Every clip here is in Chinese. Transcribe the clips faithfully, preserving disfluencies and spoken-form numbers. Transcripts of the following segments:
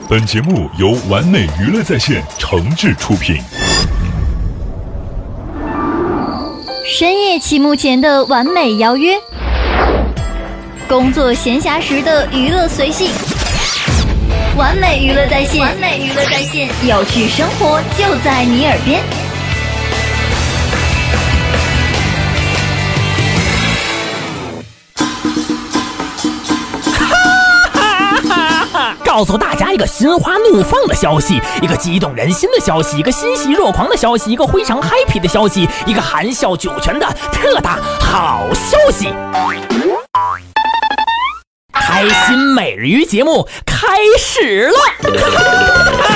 本节目由完美娱乐在线诚挚出品。 深夜期幕前的完美邀约，工作闲暇时的娱乐随性，完美娱乐在线，完美娱乐在线，有趣生活就在你耳边。 告诉大家一个心花怒放的消息，一个激动人心的消息，一个欣喜若狂的消息，一个非常 happy 的消息，一个含笑九泉的特大好消息！开心每日鱼节目开始了！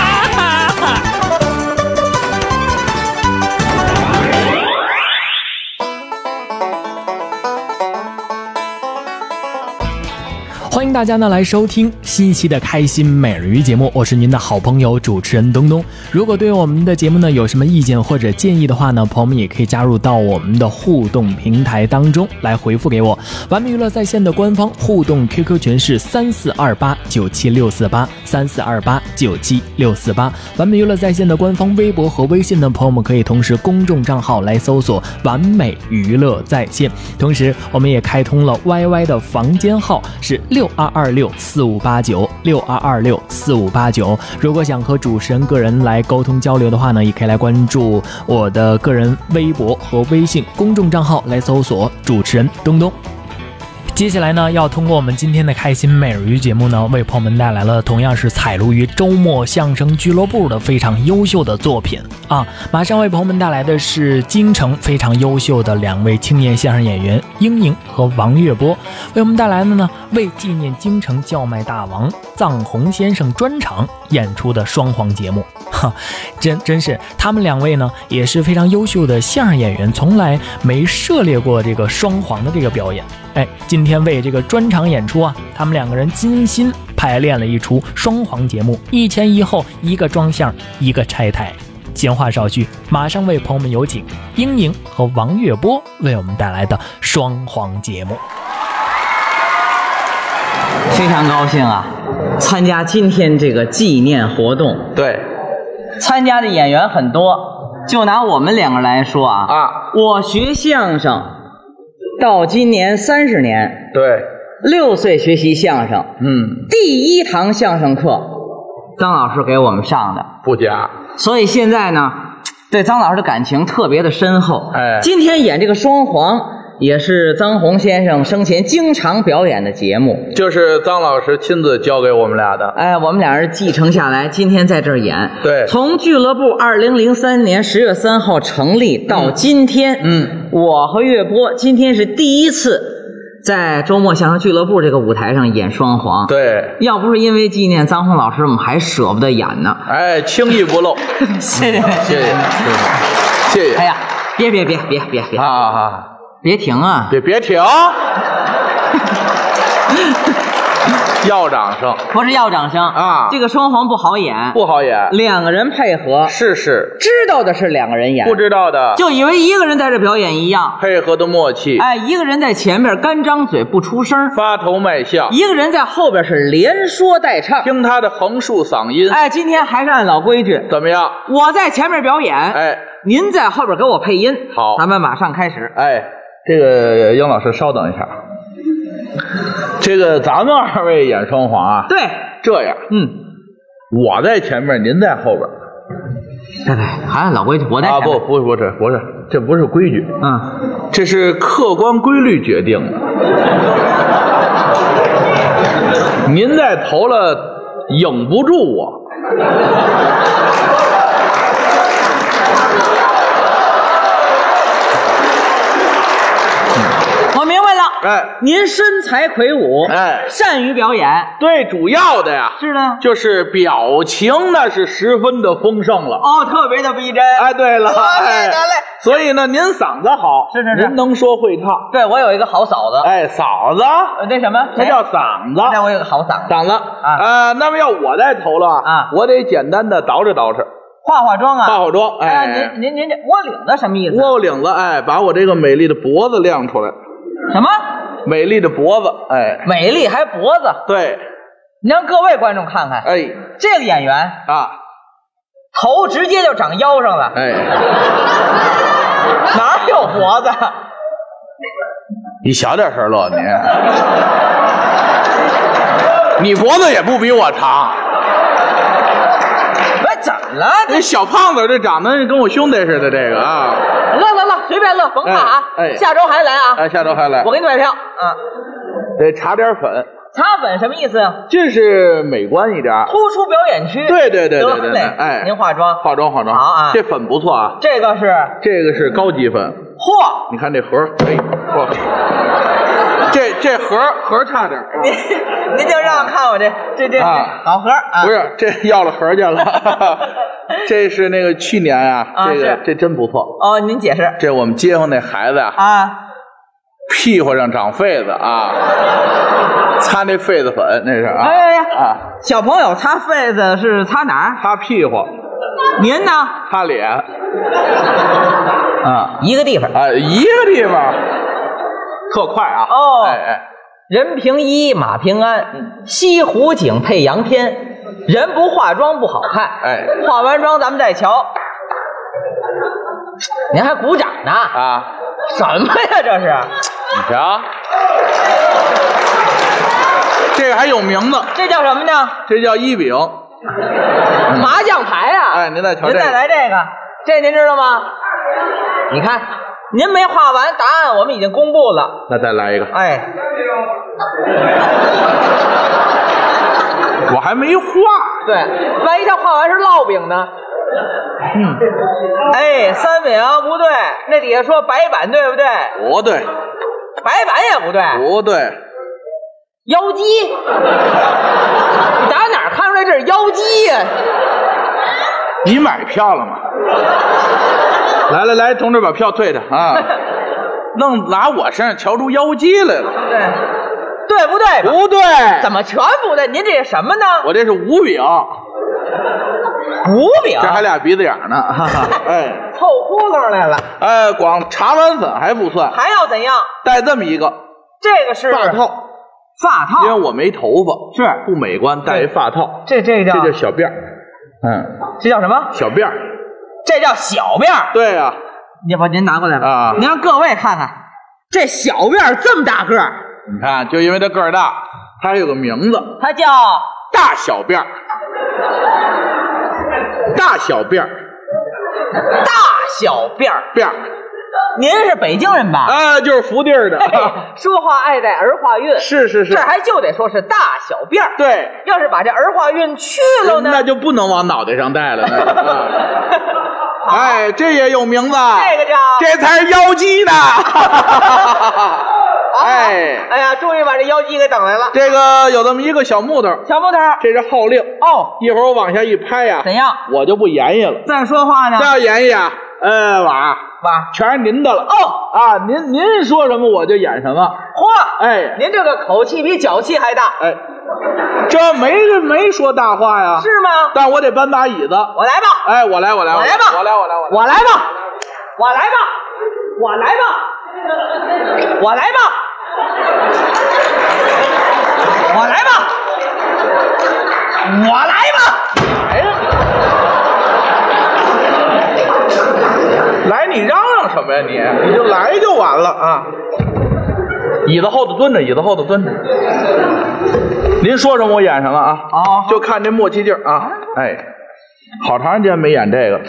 欢迎大家呢来收听新一期的开心每日鱼节目，我是您的好朋友主持人东东。如果对我们的节目呢有什么意见或者建议的话呢，朋友们也可以加入到我们的互动平台当中来回复给我。完美娱乐在线的官方互动 Q Q 群是三四二八九七六四八三四二八九七六四八。完美娱乐在线的官方微博和微信的朋友们可以同时公众账号来搜索完美娱乐在线。同时我们也开通了 Y Y 的房间号是六二二六四五八九六二二六四五八九。如果想和主持人个人来沟通交流的话呢，也可以来关注我的个人微博和微信公众账号来搜索主持人东东。接下来呢，要通过我们今天的开心每日鱼节目呢，为朋友们带来了同样是采录于周末相声俱乐部的非常优秀的作品啊！马上为朋友们带来的是京城非常优秀的两位青年相声演员英宁和王月波，为我们带来的呢，为纪念京城叫卖大王臧洪先生专场演出的双簧节目。哈，真真是他们两位呢，也是非常优秀的相声演员，从来没涉猎过这个双簧的这个表演。哎，今天为这个专场演出啊，他们两个人精心排练了一出双簧节目，一前一后，一个装相，一个拆台。闲话少叙，马上为朋友们有请英宁和王月波为我们带来的双簧节目。 非常高兴啊，参加今天这个纪念活动。 对， 参加的演员很多，就拿我们两个来说啊， 啊， 我学相声到今年三十年， 对， 六岁学习相声， 嗯， 第一堂相声课，张老师给我们上的， 不假。 所以现在呢，对张老师的感情特别的深厚。 哎， 今天演这个双簧，也是臧洪先生生前经常表演的节目， 就是臧老师亲自教给我们俩的。 哎，我们俩人继承下来，今天在这儿演。 对， 从俱乐部二零零三年十月三号成立到今天， 嗯， 我和月波今天是第一次在周末相声俱乐部这个舞台上演双簧。 对， 要不是因为纪念臧洪老师，我们还舍不得演呢。 哎，轻易不漏。 谢谢， 谢谢，谢谢。 哎呀，别别别别别别啊啊！ 别停啊！ 别别停！要掌声， 不是要掌声啊！ 这个双簧不好演， 不好演， 两个人配合， 是是， 知道的是两个人演， 不知道的就以为一个人在这表演一样， 配合的默契。 哎，一个人在前面干张嘴不出声， 发头卖相； 一个人在后边是连说带唱， 听他的横竖嗓音。 哎，今天还是按老规矩， 怎么样？ 我在前面表演， 哎， 您在后边给我配音。 好， 咱们马上开始。 哎，这个杨老师稍等一下。这个咱们二位演双簧啊， 对， 这样， 嗯， 我在前面，您在后边。 对对，还按老规矩，我在前面。 啊，不不不是不是，这不是规矩， 嗯， 这是客观规律决定的。您在头了，影不住我。 我明白了， 哎， 您身材魁梧， 哎， 善于表演， 对，主要的呀， 是的， 就是表情那是十分的丰盛了， 哦，特别的逼真。 哎，对了， 哎，得嘞。 所以呢，您嗓子好， 是是是， 您能说会唱。 对，我有一个好嫂子。 哎，嫂子， 那什么， 那叫嗓子。 那我有个好嗓子。 嗓子啊，呃，那么要我在头了啊， 我得简单的捯饬捯饬。 化化妆啊， 化化妆。哎， 您您您这窝领子什么意思？ 窝领子，哎，把我这个美丽的脖子亮出来。 什么？ 美丽的脖子，哎， 美丽还脖子？ 对。 你让各位观众看看， 哎， 这个演员啊， 头直接就长腰上了， 哎， 哪有脖子？ 你小点声乐你，你脖子也不比我长。 哎，怎么了？ 这小胖子这长得跟我兄弟似的，这个啊， 乐乐乐，随便乐，甭怕啊。 哎哎下周还来啊。 哎，下周还来。 我给你买票啊。 得擦点粉。 擦粉什么意思呀？ 就是美观一点， 突出表演区。 对对对对对对，哎， 您化妆， 化妆化妆， 好啊， 这粉不错啊， 这个是这个是高级粉， 嚯， 你看这盒，哎，嚯，这这盒盒差点， 您您就让看我这这这啊， 好盒啊， 不是这要了盒去了，这是那个去年啊，这个这真不错哦，您解释， 这我们街坊那孩子呀啊， 屁股上长痱子啊。擦那痱子粉，那是啊！ 哎呀呀啊！ 小朋友擦痱子是擦哪儿？ 擦屁股。 您呢？ 擦脸。啊， 一个地方啊，一个地方，特快啊！ 哦， 哎哎， 人平一，马平安，西湖景配洋片，人不化妆不好看。 哎， 化完妆咱们再瞧。您还鼓掌呢？ 啊， 什么呀这是？ 你瞧。这个还有名字， 这叫什么呢？ 这叫一饼， 麻将牌啊！ 哎，您再瞧这个， 您再来这个，这您知道吗？你看，您没画完，答案我们已经公布了。 那再来一个， 哎， 我还没画。 对，万一他画完是烙饼呢？嗯，哎，三饼不对，那底下说白板对不对？ 不对， 白板也不对， 不对。 妖姬，你打哪儿看出来这是妖姬呀、啊？ 你买票了吗？来来来，同志，把票退他啊！弄拿我身上瞧出妖姬来了。 对，对不对？ 不对， 怎么全不对？您这是什么呢？ 我这是五饼， 五饼， 这还俩鼻子眼呢。哈哈，哎， 凑窟窿来了。 哎，光茶碗粉还不算， 还要怎样？ 带这么一个， 这个是发套。 发套， 因为我没头发， 是不美观，戴一发套。 这这叫这叫小辫儿，嗯， 这叫什么？ 小辫儿， 这叫小辫儿。 对呀、啊， 你把您拿过来吧啊！ 您让各位看看，这小辫儿这么大个儿， 你看，就因为它个儿大，它还有个名字， 它叫大小辫儿，大小辫儿， 大小辫儿辫儿。 您是北京人吧？ 啊，就是福地儿的， 说话爱带儿化韵。 是是是， 这还就得说是大小辫儿。 对， 要是把这儿化韵去了呢， 那就不能往脑袋上戴了。哎，这也有名字， 这个叫这才是妖姬呢。哎， 哎呀，终于把这妖姬给等来了。 这个有这么一个小木头， 小木头， 这是号令哦。 一会儿我往下一拍呀， 怎样？ 我就不言语了。 再说话呢？ 再要言语啊，呃，娃娃， 全是您的了。 哦啊，您您说什么我就演什么。 嚯， 哎， 您这个口气比脚气还大。 哎，这没没说大话呀？ 是吗？ 但我得搬把椅子。 我来吧。 哎，我来，我来， 我来吧。 我来，我来， 我来吧。我来吧。我来吧。我来吧。我来吧。我来吧。 来呀！来，你嚷嚷什么呀你？你就来就完了啊！椅子后头蹲着，椅子后头蹲着。您说什么我演什么啊？ 哦， 就看这默契劲儿啊！哎，好长时间没演这个了。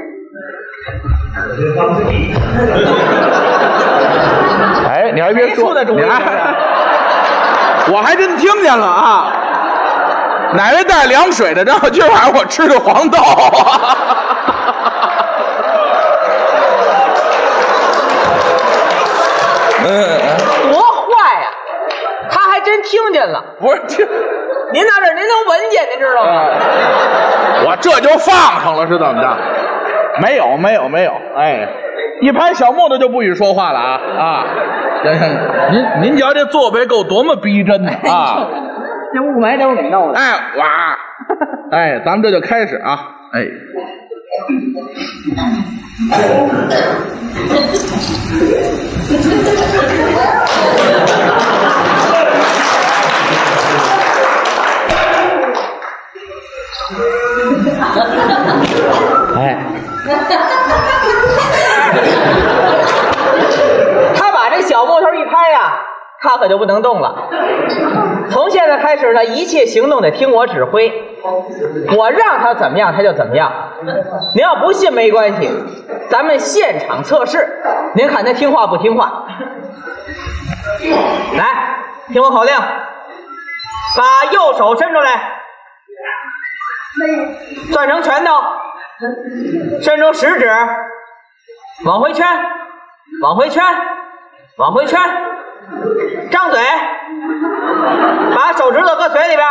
哎，你还别说，你还，我还真听见了啊！哪位带凉水的？让我今晚上我吃的黄豆。 嗯，多坏呀！他还真听见了。 不是听， 您到这儿您能闻见，您知道吗？ 啊、我这就放上了，是怎么着？没有，没有，没有。哎，一拍小木头就不许说话了啊啊！行行，您您瞧这座位够多么逼真的啊！ 这雾霾都是你弄的。 哎，哇！哎，咱们这就开始啊！哎。 哎，他把这小木头一拍呀，他可就不能动了。从现在开始呢，一切行动得听我指挥，我让他怎么样他就怎么样。您要不信没关系，咱们现场测试，您看他听话不听话。来，听我口令，把右手伸出来，攥成拳头，伸出食指，往回圈，往回圈，往回圈，张嘴，把手指头搁嘴里边。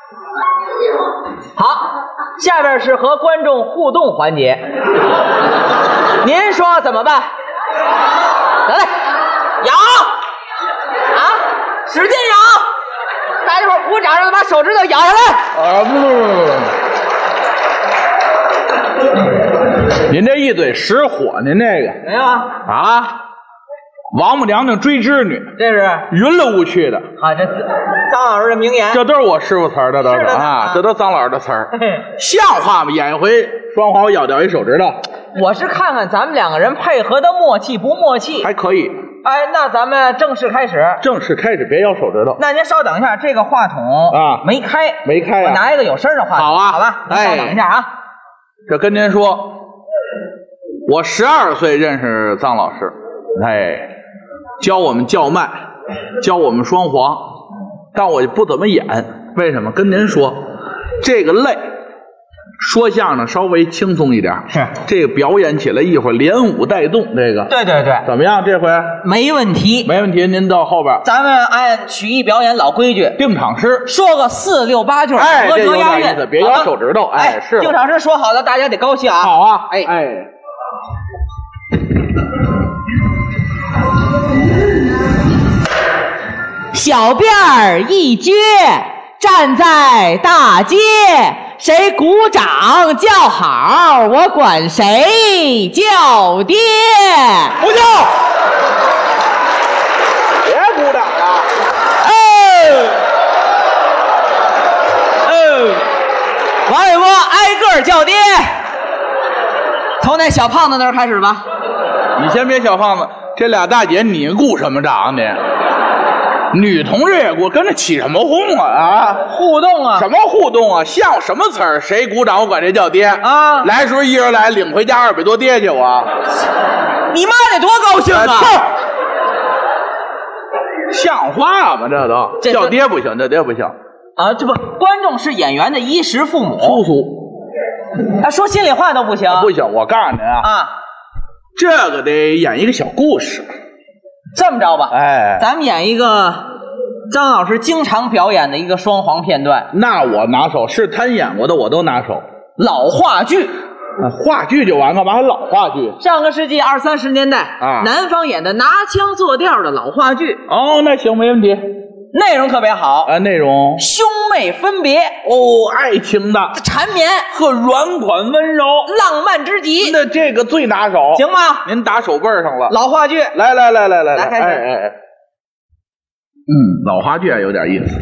好，下边是和观众互动环节，您说怎么办？来来，摇啊，使劲摇，大家伙鼓掌，让他把手指头摇下来。 啊，不不不不，您这一嘴实火，您这个没有啊？ 啊，王母娘娘追织女， 这是云了雾去的。 啊，这张老师的名言， 这都是我师傅词儿的，都是是的啊，这都张老师的词儿， 嘿嘿像话吗？演一回双簧，我咬掉一手指头， 我是看看咱们两个人配合的默契不默契。 还可以。 哎，那咱们正式开始。 正式开始，别咬手指头。 那您稍等一下，这个话筒啊没开， 没开呀我拿一个有声的话筒。 好啊好吧，您稍等一下啊。 这跟您说，我十二岁认识臧老师，哎，教我们叫卖，教我们双簧，但我就不怎么演。为什么？跟您说，这个累。说相声稍微轻松一点， 是这个表演起来一会儿连舞带动，这个对对对， 怎么样？这回没问题， 没问题。您到后边， 咱们按曲艺表演老规矩， 定场诗， 说个四六八句， 哎， 合这有辙押韵， 点意思，别咬手指头。哎，是定场诗说好了，大家得高兴啊。 好啊， 哎哎。 小辫儿一撅，站在大街。谁鼓掌叫好，我管谁叫爹。 不叫，别鼓掌了。 哦哦，王伟波挨个叫爹，从那小胖子那儿开始吧。 你先别小胖子，这俩大姐你鼓什么掌呢？女同志也鼓，跟着起什么哄啊？啊， 互动啊？ 什么互动啊？像什么词儿？谁鼓掌我管谁叫爹啊！ 来时候一人来，领回家二百多爹去我。 你妈得多高兴啊！ 像话吗？这都这叫爹不行，叫爹不行啊！这不，观众是演员的衣食父母， 叔叔啊，说心里话都不行， 不行。我告诉您啊， 啊， 这个得演一个小故事。 这么着吧， 哎， 咱们演一个张老师经常表演的一个双簧片段。 那我拿手，是他演过的我都拿手。 老话剧， 啊、话剧就完，干嘛还老话剧？ 上个世纪二三十年代啊， 南方演的拿腔作调的老话剧。 哦，那行，没问题。 内容特别好啊，内容兄妹分别哦，爱情的缠绵和软款温柔， 浪漫之极。 那这个最拿手， 行吗？ 您打手背上了。 老话剧， 来来来来来来开始。 哎哎哎，嗯，老话剧还有点意思。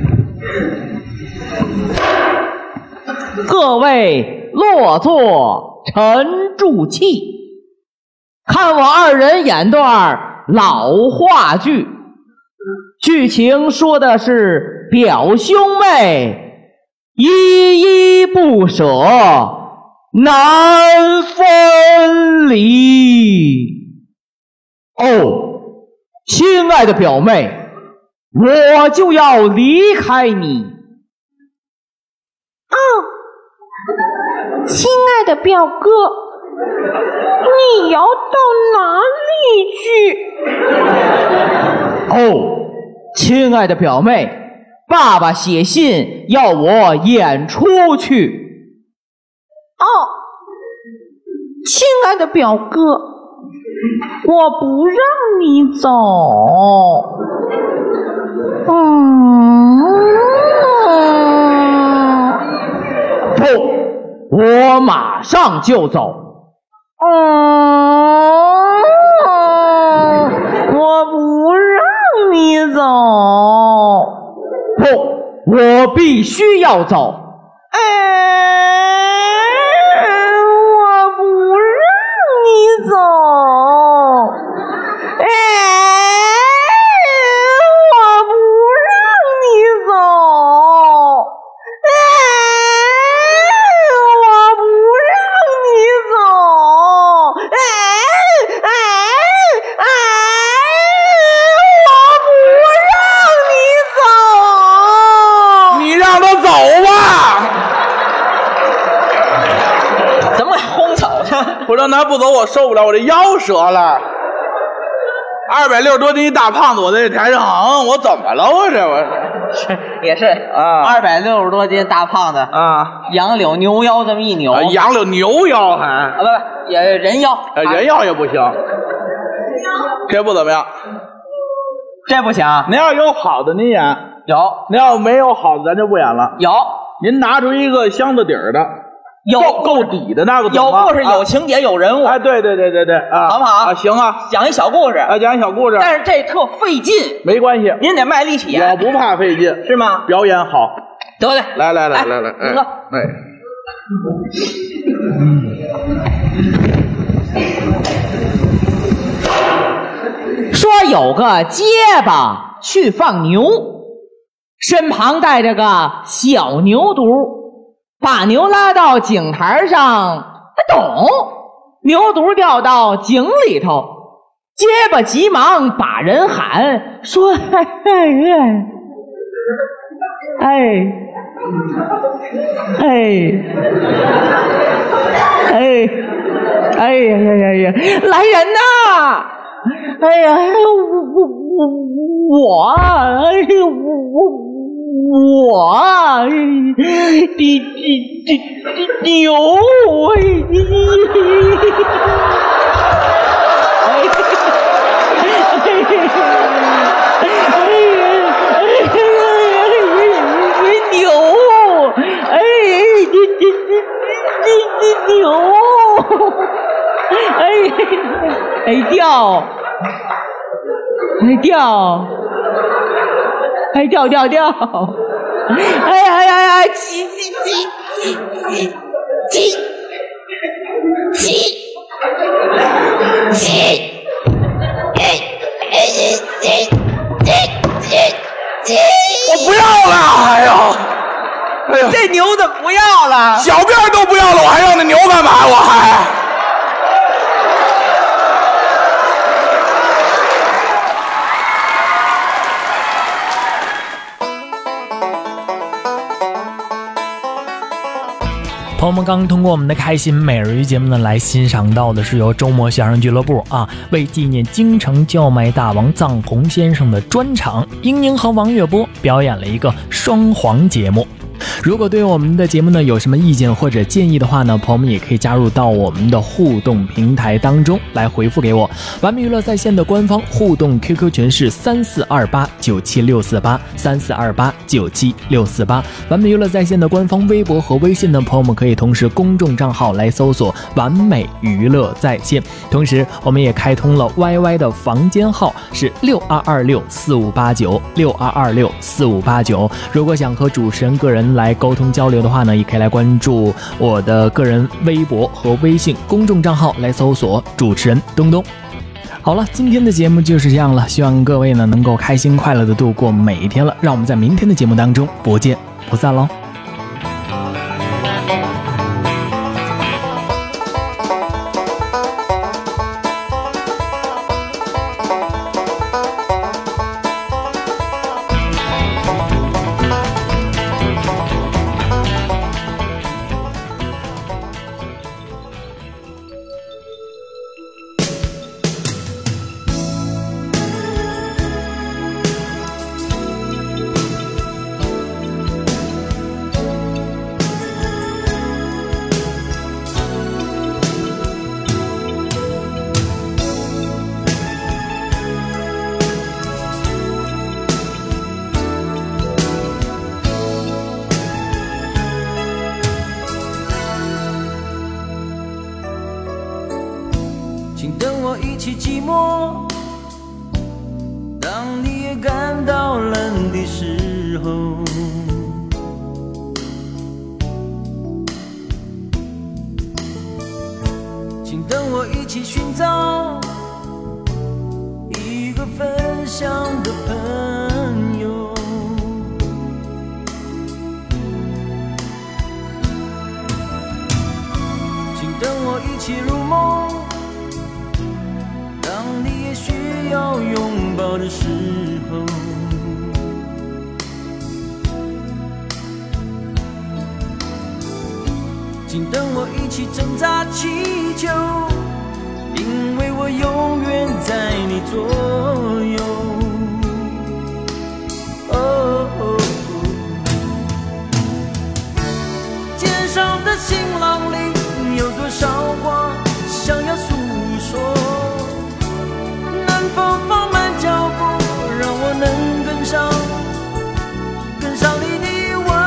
各位落座，沉住气，看我二人演段老话剧。剧情说的是表兄妹依依不舍，难分离。哦，亲爱的表妹，我就要离开你。 哦，亲爱的表哥，你要到哪里去？ 哦，亲爱的表妹，爸爸写信要我演出去。 哦，亲爱的表哥，我不让你走。嗯， 不，我马上就走。 嗯，我不让你走。 不，我必须要走。 哎。 不能咱不走，我受不了，我这腰折了。二百六十多斤一大胖子，我在台上，嗯，我怎么了？我这我是也是啊， 二百六十多斤大胖子啊， 杨柳牛腰这么一扭， 啊、杨柳牛腰还啊不不也人腰， 啊、人腰也不行，这不怎么样， 这不行。 您要有好的您演， 有； 您要没有好的咱就不演了。 有， 您拿出一个箱子底儿的。 有够够底的那个有故事、有情节、有人物。 哎，对对对对对，啊， 好不好？ 啊，行啊， 讲一小故事， 啊，讲一小故事。 但是这特费劲， 没关系， 您得卖力气演。 我不怕费劲， 是吗？ 表演好， 得嘞， 来来来来来， 哎，哥， 哎， 说有个结巴去放牛，身旁带着个小牛犊。把牛拉到井台上，咚，牛犊掉到井里头，结巴急忙把人喊说：“哎哎哎哎哎呀呀呀呀！来人呐！哎呀，我我我哎呦我。”我的的的的牛哎！哎牛！哎，的的的的牛！哎哎掉！哎掉！哎掉掉掉！哎呀哎呀哎呀！急急急急急急急！ 我不要了！哎呦，哎呦， 这牛怎么不要了？ 小辫都不要了，我还要那牛干嘛？我还。 朋友们刚通过我们的开心每日鱼节目呢，来欣赏到的是由周末相声俱乐部啊为纪念京城叫卖大王臧洪先生的专场，英宁和王月波表演了一个双簧节目。如果对我们的节目呢有什么意见或者建议的话呢，朋友们也可以加入到我们的互动平台当中来回复给我。完美娱乐在线的官方互动 Q Q 群是三四二八九七六四八三四二八九七六四八。完美娱乐在线的官方微博和微信的朋友们可以同时公众账号来搜索完美娱乐在线。同时我们也开通了 Y Y 的房间号是六二二六四五八九六二二六四五八九。如果想和主持人个人来沟通交流的话呢，也可以来关注我的个人微博和微信公众账号来搜索主持人东东。好了，今天的节目就是这样了，希望各位呢能够开心快乐的度过每一天了，让我们在明天的节目当中不见不散喽。 请等我一起寂寞，当你也感到冷的时候，请等我一起寻找一个分享的朋友，请等我一起入梦，当你也需要拥抱的时候， 请等我一起挣扎祈求，因为我永远在你左右。哦哦哦，肩上的行囊里有多少话想要诉说，能否放慢脚步，让我能跟上跟上你的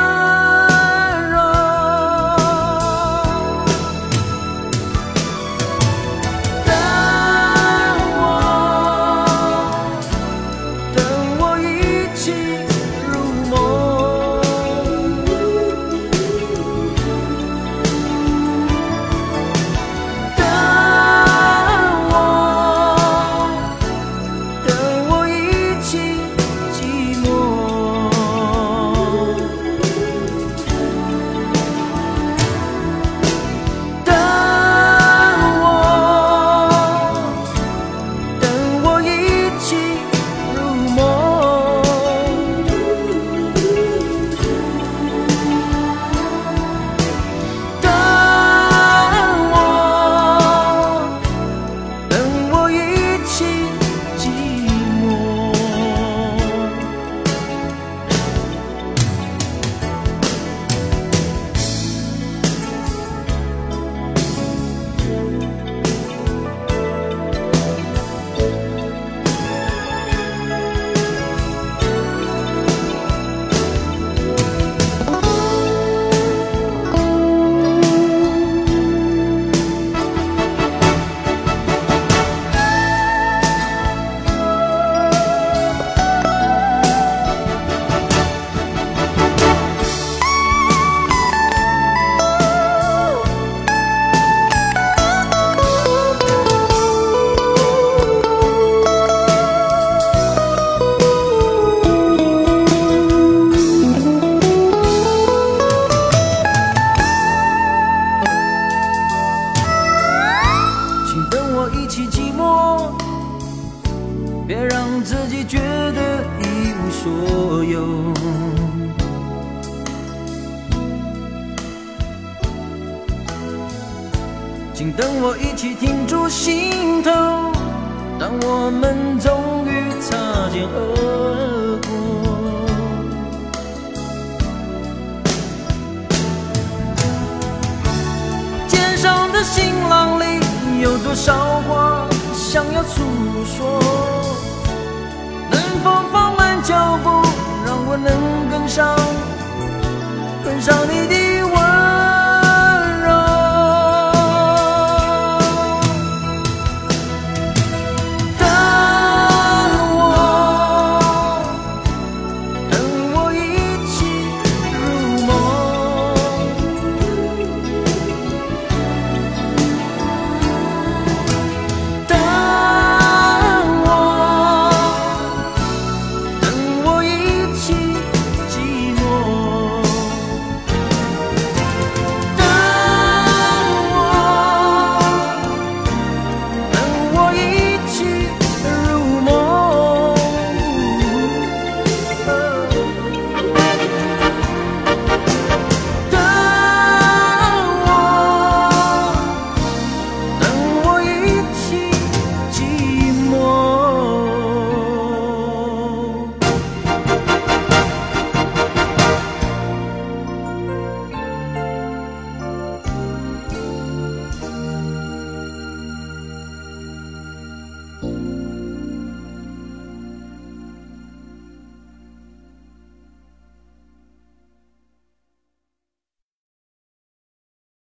请等我一起停住心头，当我们终于擦肩而过。肩上的行囊里有多少话想要诉说，能否放慢脚步，让我能跟上跟上你的